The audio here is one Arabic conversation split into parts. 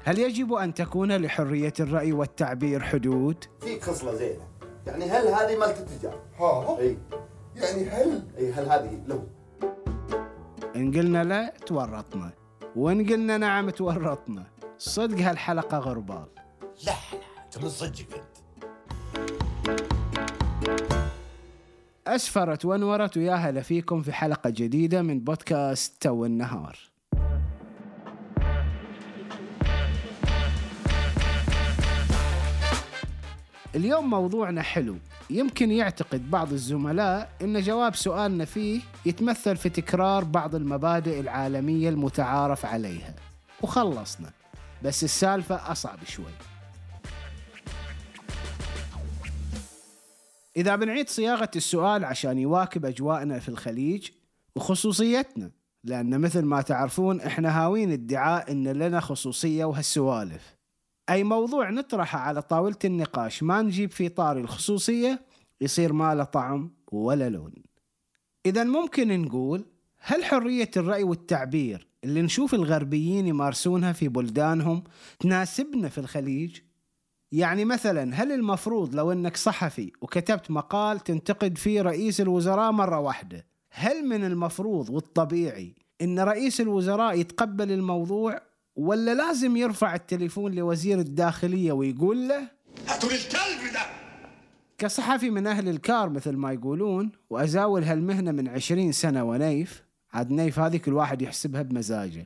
هل يجب أن تكون لحرية الرأي والتعبير حدود؟ في خصلة زينة، يعني هل هذه مالت التجار؟ اي يعني هل هذه له؟ إن قلنا لا تورطنا، وإن قلنا نعم تورطنا. صدق هالحلقة غربال. لا تمن صدقك انت. أسفرت وانورت ويا هلا فيكم في حلقة جديدة من بودكاست تو النهار. اليوم موضوعنا حلو. يمكن يعتقد بعض الزملاء إن جواب سؤالنا فيه يتمثل في تكرار بعض المبادئ العالمية المتعارف عليها وخلصنا، بس السالفة أصعب شوي. إذا بنعيد صياغة السؤال عشان يواكب أجواءنا في الخليج وخصوصيتنا، لأن مثل ما تعرفون إحنا هاوين ادعاء إن لنا خصوصية وهالسوالف. أي موضوع نطرحه على طاولة النقاش ما نجيب في طار الخصوصية يصير ما له طعم ولا لون. إذن ممكن نقول، هل حرية الرأي والتعبير اللي نشوف الغربيين يمارسونها في بلدانهم تناسبنا في الخليج؟ يعني مثلا هل المفروض لو أنك صحفي وكتبت مقال تنتقد فيه رئيس الوزراء مرة واحدة، هل من المفروض والطبيعي أن رئيس الوزراء يتقبل الموضوع، ولا لازم يرفع التليفون لوزير الداخلية ويقول له هاتوا الكلب ده؟ كصحفي من أهل الكار مثل ما يقولون، وأزاول هالمهنة من 20 سنة ونيف، عاد نيف هذه كل واحد يحسبها بمزاجه،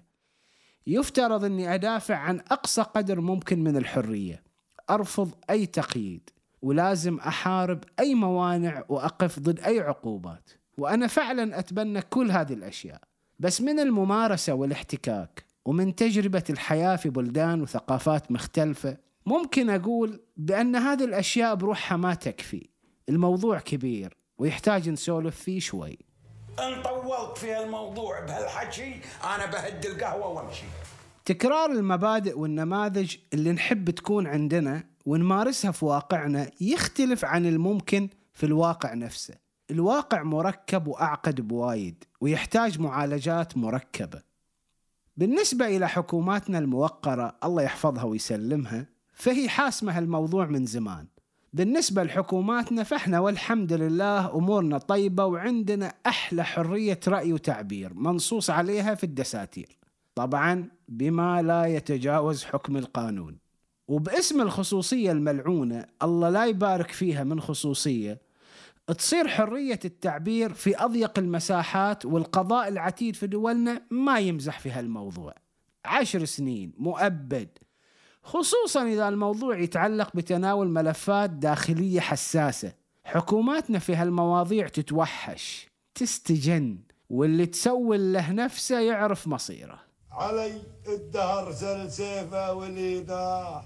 يفترض أني أدافع عن أقصى قدر ممكن من الحرية، أرفض أي تقييد، ولازم أحارب أي موانع وأقف ضد أي عقوبات. وأنا فعلا أتبنى كل هذه الأشياء، بس من الممارسة والاحتكاك ومن تجربة الحياة في بلدان وثقافات مختلفة ممكن أقول بأن هذه الأشياء بروحها ما تكفي. الموضوع كبير ويحتاج نسولف فيه شوي. ان طولت في الموضوع بهالحكي أنا بهد القهوة وامشي. تكرار المبادئ والنماذج اللي نحب تكون عندنا ونمارسها في واقعنا يختلف عن الممكن في الواقع نفسه. الواقع مركب وأعقد بوايد ويحتاج معالجات مركبة. بالنسبة إلى حكوماتنا الموقرة الله يحفظها ويسلمها، فهي حاسمة الموضوع من زمان. بالنسبة لحكوماتنا فإحنا والحمد لله أمورنا طيبة، وعندنا أحلى حرية رأي وتعبير منصوص عليها في الدساتير، طبعا بما لا يتجاوز حكم القانون. وباسم الخصوصية الملعونة الله لا يبارك فيها من خصوصية، تصير حرية التعبير في أضيق المساحات، والقضاء العتيد في دولنا ما يمزح في هالموضوع. 10 سنين مؤبد، خصوصا إذا الموضوع يتعلق بتناول ملفات داخلية حساسة. حكوماتنا في هالمواضيع تتوحش تستجن، واللي تسوي له نفسه يعرف مصيره. علي الدهر سل سيفه والإيداح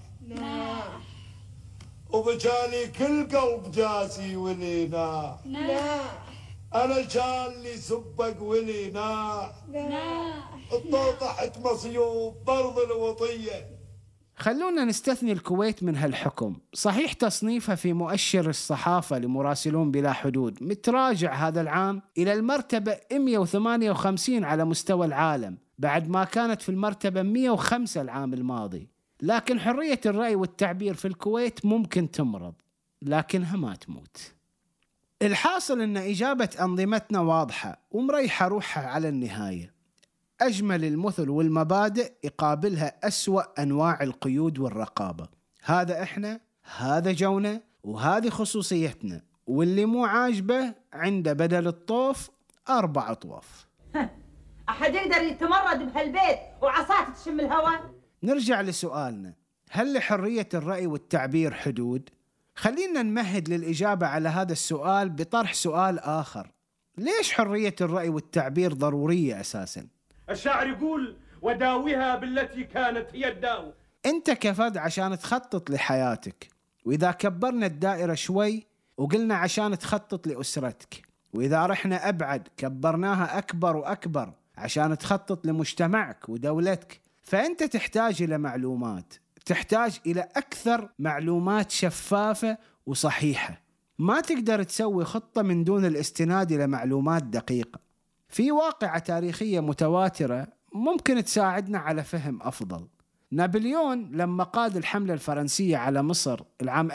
وبجالي كل قلب جاسي ولي ناح. أنا جالي سبق ولي ناح. طاطحت مصيوب برض الوطية. خلونا نستثني الكويت من هالحكم. صحيح تصنيفها في مؤشر الصحافة لمراسلون بلا حدود متراجع هذا العام إلى المرتبة 158 على مستوى العالم، بعد ما كانت في المرتبة 105 العام الماضي. لكن حرية الرأي والتعبير في الكويت ممكن تمرض لكنها ما تموت. الحاصل أن إجابة أنظمتنا واضحة ومريحة روحها على النهاية. أجمل المثل والمبادئ يقابلها أسوأ أنواع القيود والرقابة. هذا إحنا، هذا جونا، وهذه خصوصيتنا، واللي مو عاجبه عنده بدل الطوف 4 أطواف. أحد يقدر يتمرد بهالبيت وعصاته تشم الهواء؟ نرجع لسؤالنا، هل لحرية الرأي والتعبير حدود؟ خلينا نمهد للإجابة على هذا السؤال بطرح سؤال آخر. ليش حرية الرأي والتعبير ضرورية أساساً؟ الشاعر يقول وداويها بالتي كانت هي الداو. أنت كفرد عشان تخطط لحياتك، وإذا كبرنا الدائرة شوي وقلنا عشان تخطط لأسرتك، وإذا رحنا أبعد كبرناها أكبر وأكبر عشان تخطط لمجتمعك ودولتك، فأنت تحتاج إلى معلومات، تحتاج إلى أكثر معلومات شفافة وصحيحة. ما تقدر تسوي خطة من دون الاستناد إلى معلومات دقيقة. في واقعة تاريخية متواترة ممكن تساعدنا على فهم أفضل. نابليون لما قاد الحملة الفرنسية على مصر العام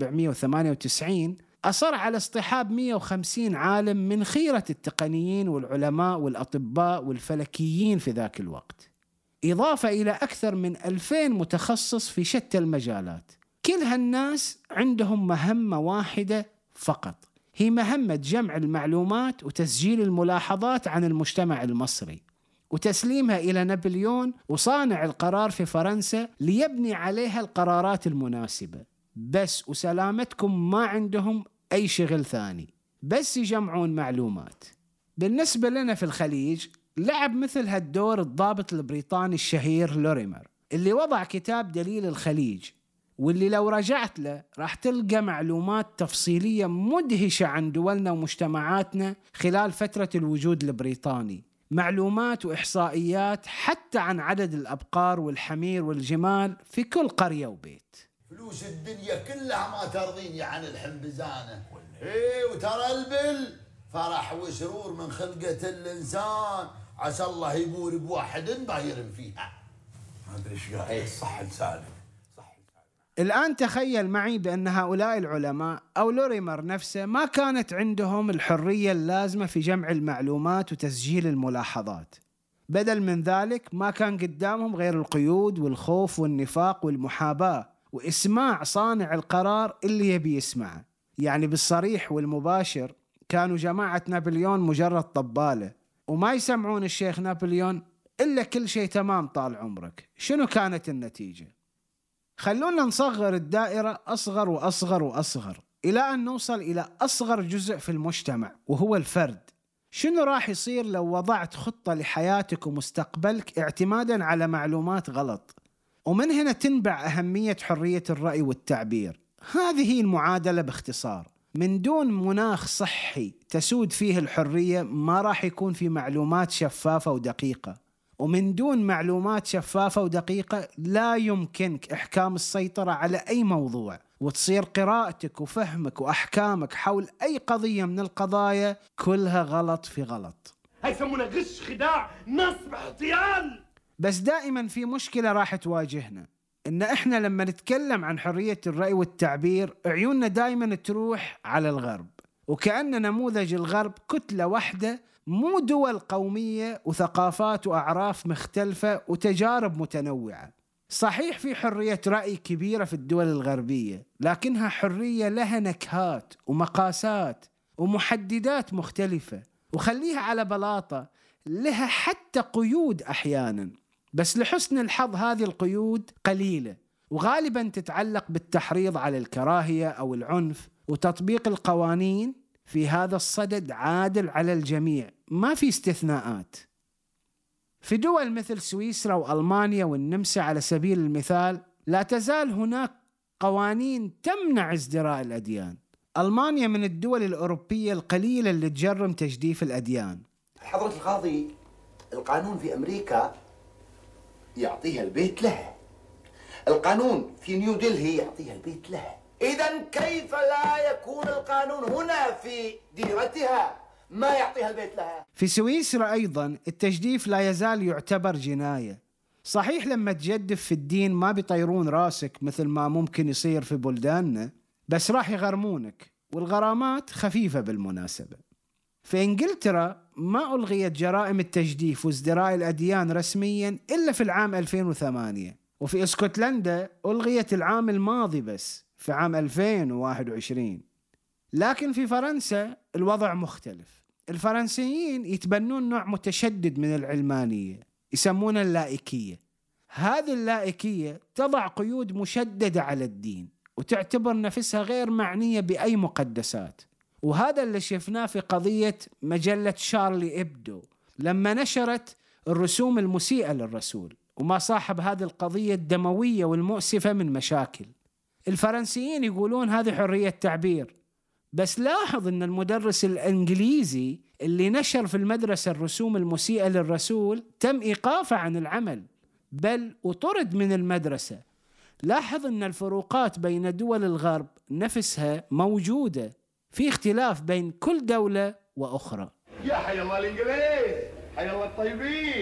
1798 أصر على اصطحاب 150 عالم من خيرة التقنيين والعلماء والأطباء والفلكيين في ذاك الوقت، إضافة إلى أكثر من 2000 متخصص في شتى المجالات. كل هالناس عندهم مهمة واحدة فقط، هي مهمة جمع المعلومات وتسجيل الملاحظات عن المجتمع المصري وتسليمها إلى نابليون وصانع القرار في فرنسا ليبني عليها القرارات المناسبة بس. وسلامتكم ما عندهم أي شغل ثاني، بس يجمعون معلومات. بالنسبة لنا في الخليج لعب مثل هالدور الضابط البريطاني الشهير لوريمر اللي وضع كتاب دليل الخليج، واللي لو رجعت له راح تلقى معلومات تفصيلية مدهشة عن دولنا ومجتمعاتنا خلال فترة الوجود البريطاني، معلومات وإحصائيات حتى عن عدد الأبقار والحمير والجمال في كل قرية وبيت. فلوس الدنيا كلها ما ترضيني عن الحنبزانة. ايه وترى البل فرح وسرور من خلقة الإنسان، عسى الله يبور بواحد ما يرم فيها. ما أدري إيش قال. ايه صح لسانك. الآن تخيل معي بأن هؤلاء العلماء أو لوريمر نفسه ما كانت عندهم الحرية اللازمة في جمع المعلومات وتسجيل الملاحظات. بدل من ذلك ما كان قدامهم غير القيود والخوف والنفاق والمحاباة وإسماع صانع القرار اللي يبي يسمعه. يعني بالصريح والمباشر كانوا جماعة نابليون مجرد طبالة وما يسمعون الشيخ نابليون إلا كل شيء تمام طال عمرك. شنو كانت النتيجة؟ خلونا نصغر الدائرة أصغر وأصغر وأصغر إلى أن نوصل إلى أصغر جزء في المجتمع وهو الفرد. شنو راح يصير لو وضعت خطة لحياتك ومستقبلك اعتمادا على معلومات غلط؟ ومن هنا تنبع أهمية حرية الرأي والتعبير. هذه هي المعادلة باختصار. من دون مناخ صحي تسود فيه الحرية ما راح يكون في معلومات شفافة ودقيقة، ومن دون معلومات شفافة ودقيقة لا يمكنك إحكام السيطرة على أي موضوع، وتصير قراءتك وفهمك وأحكامك حول أي قضية من القضايا كلها غلط في غلط. هاي يسمونه غش، خداع، نصب، احتيال. بس دائما في مشكلة راح تواجهنا، إن إحنا لما نتكلم عن حرية الرأي والتعبير عيوننا دائما تروح على الغرب، وكأن نموذج الغرب كتلة واحدة، مو دول قومية وثقافات وأعراف مختلفة وتجارب متنوعة. صحيح في حرية رأي كبيرة في الدول الغربية، لكنها حرية لها نكهات ومقاسات ومحددات مختلفة، وخليها على بلاطة لها حتى قيود أحيانا. بس لحسن الحظ هذه القيود قليلة وغالبا تتعلق بالتحريض على الكراهية أو العنف، وتطبيق القوانين في هذا الصدد عادل على الجميع، ما في استثناءات. في دول مثل سويسرا وألمانيا والنمسا على سبيل المثال لا تزال هناك قوانين تمنع ازدراء الأديان. ألمانيا من الدول الأوروبية القليلة اللي تجرم تجديف الأديان. حضرة القاضي، القانون في أمريكا يعطيها البيت لها، القانون في نيودلهي يعطيها البيت لها، إذن كيف لا يكون القانون هنا في ديرتها ما يعطيها البيت لها؟ في سويسرا أيضا التجديف لا يزال يعتبر جناية. صحيح لما تجدف في الدين ما بيطيرون راسك مثل ما ممكن يصير في بلداننا، بس راح يغرمونك، والغرامات خفيفة بالمناسبة. في إنجلترا ما ألغيت جرائم التجديف وازدراء الأديان رسميا إلا في العام 2008، وفي اسكتلندا ألغيت العام الماضي بس في عام 2021. لكن في فرنسا الوضع مختلف. الفرنسيين يتبنون نوع متشدد من العلمانية يسمونها اللائكية. هذه اللائكية تضع قيود مشددة على الدين وتعتبر نفسها غير معنية بأي مقدسات، وهذا اللي شفناه في قضية مجلة شارلي إبدو لما نشرت الرسوم المسيئة للرسول وما صاحب هذه القضية الدموية والمؤسفة من مشاكل. الفرنسيين يقولون هذه حرية تعبير، بس لاحظ أن المدرس الإنجليزي اللي نشر في المدرسة الرسوم المسيئة للرسول تم إيقافه عن العمل، بل وطرد من المدرسة. لاحظ أن الفروقات بين دول الغرب نفسها موجودة، في اختلاف بين كل دولة وأخرى. يا حي الله الإنجليز، حي الله الطيبين.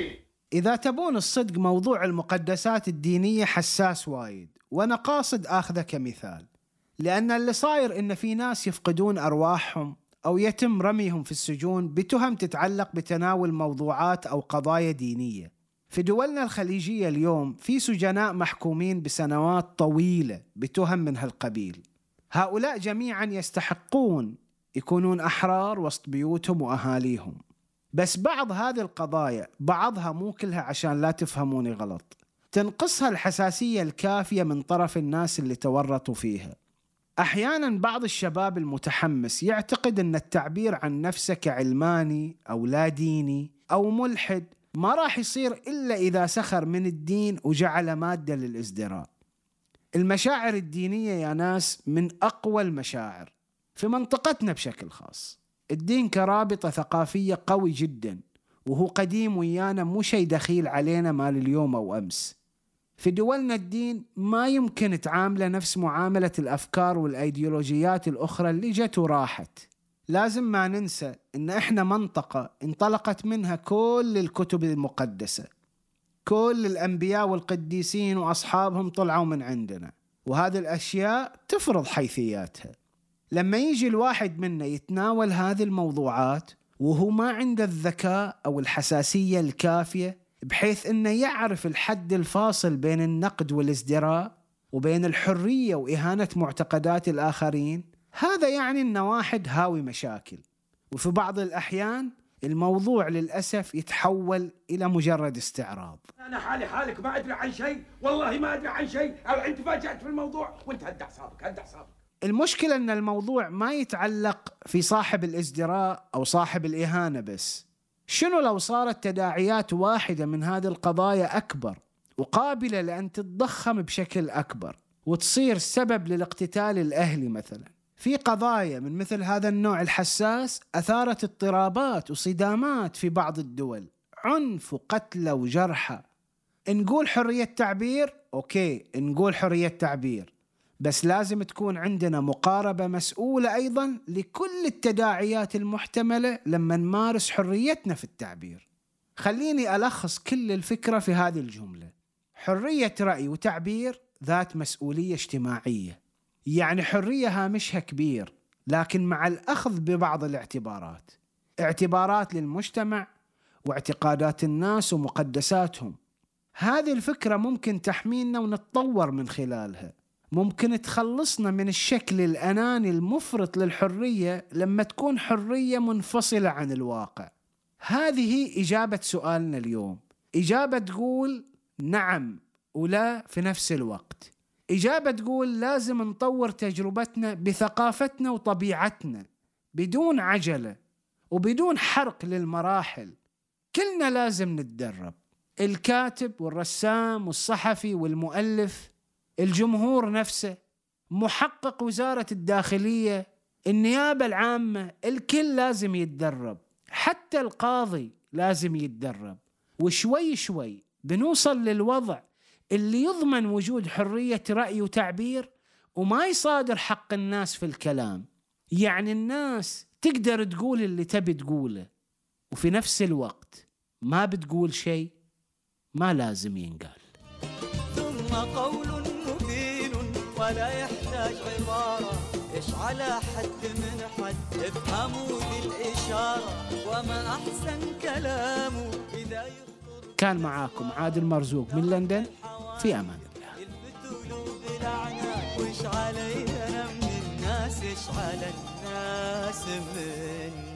إذا تبون الصدق، موضوع المقدسات الدينية حساس وايد، وأنا قاصد آخذه كمثال، لأن اللي صاير إن في ناس يفقدون أرواحهم أو يتم رميهم في السجون بتهم تتعلق بتناول موضوعات أو قضايا دينية. في دولنا الخليجية اليوم في سجناء محكومين بسنوات طويلة بتهم من هالقبيل. هؤلاء جميعا يستحقون يكونون أحرار وسط بيوتهم وأهاليهم. بس بعض هذه القضايا، بعضها مو كلها عشان لا تفهموني غلط، تنقصها الحساسية الكافية من طرف الناس اللي تورطوا فيها. أحيانا بعض الشباب المتحمس يعتقد أن التعبير عن نفسه كعلماني أو لا ديني أو ملحد ما راح يصير إلا إذا سخر من الدين وجعل مادة للازدراء. المشاعر الدينية يا ناس من أقوى المشاعر في منطقتنا بشكل خاص. الدين كرابطة ثقافية قوي جدا، وهو قديم ويانا، مو شيء دخيل علينا مال اليوم أو أمس. في دولنا الدين ما يمكن تعامله نفس معاملة الأفكار والأيديولوجيات الأخرى اللي جت وراحت. لازم ما ننسى إن إحنا منطقة انطلقت منها كل الكتب المقدسة، كل الأنبياء والقديسين وأصحابهم طلعوا من عندنا، وهذه الأشياء تفرض حيثياتها. لما يجي الواحد منا يتناول هذه الموضوعات وهو ما عنده الذكاء أو الحساسية الكافية بحيث إنه يعرف الحد الفاصل بين النقد والازدراء وبين الحرية وإهانة معتقدات الآخرين، هذا يعني إنه واحد هاوي مشاكل. وفي بعض الأحيان الموضوع للأسف يتحول إلى مجرد استعراض. أنا حالك ما أدري عن شيء، والله ما أدري عن شيء، الحين تفاجأت في الموضوع وأنت هد أعصابك. المشكلة أن الموضوع ما يتعلق في صاحب الازدراء أو صاحب الإهانة بس. شنو لو صارت تداعيات واحدة من هذه القضايا أكبر وقابلة لأن تتضخم بشكل أكبر وتصير سبب للاقتتال الأهلي مثلا؟ في قضايا من مثل هذا النوع الحساس أثارت اضطرابات وصدامات في بعض الدول، عنف وقتل وجرحى. نقول حرية تعبير، أوكي نقول حرية تعبير، بس لازم تكون عندنا مقاربة مسؤولة أيضا لكل التداعيات المحتملة لما نمارس حريتنا في التعبير. خليني ألخص كل الفكرة في هذه الجملة: حرية رأي وتعبير ذات مسؤولية اجتماعية، يعني حرية هامشها كبير لكن مع الأخذ ببعض الاعتبارات، اعتبارات للمجتمع واعتقادات الناس ومقدساتهم. هذه الفكرة ممكن تحمينا ونتطور من خلالها، ممكن تخلصنا من الشكل الأناني المفرط للحرية لما تكون حرية منفصلة عن الواقع. هذه إجابة سؤالنا اليوم، إجابة تقول نعم ولا في نفس الوقت، إجابة تقول لازم نطور تجربتنا بثقافتنا وطبيعتنا بدون عجلة وبدون حرق للمراحل. كلنا لازم نتدرب، الكاتب والرسام والصحفي والمؤلف، الجمهور نفسه، محقق وزارة الداخلية، النيابة العامة، الكل لازم يتدرب، حتى القاضي لازم يتدرب. وشوي شوي بنوصل للوضع اللي يضمن وجود حرية رأي وتعبير وما يصادر حق الناس في الكلام. يعني الناس تقدر تقول اللي تبي تقوله وفي نفس الوقت ما بتقول شيء ما لازم ينقال. ثم قول مبين ولا يحتاج عبارة، إيش على حد من حد افهموا ذي الإشارة، وما أحسن كلامه إذا يخطر. كان معاكم عادل مرزوق من لندن، في أمان الله. الفتول بلعنة وإيش علي أنا من الناس، إيش على الناس من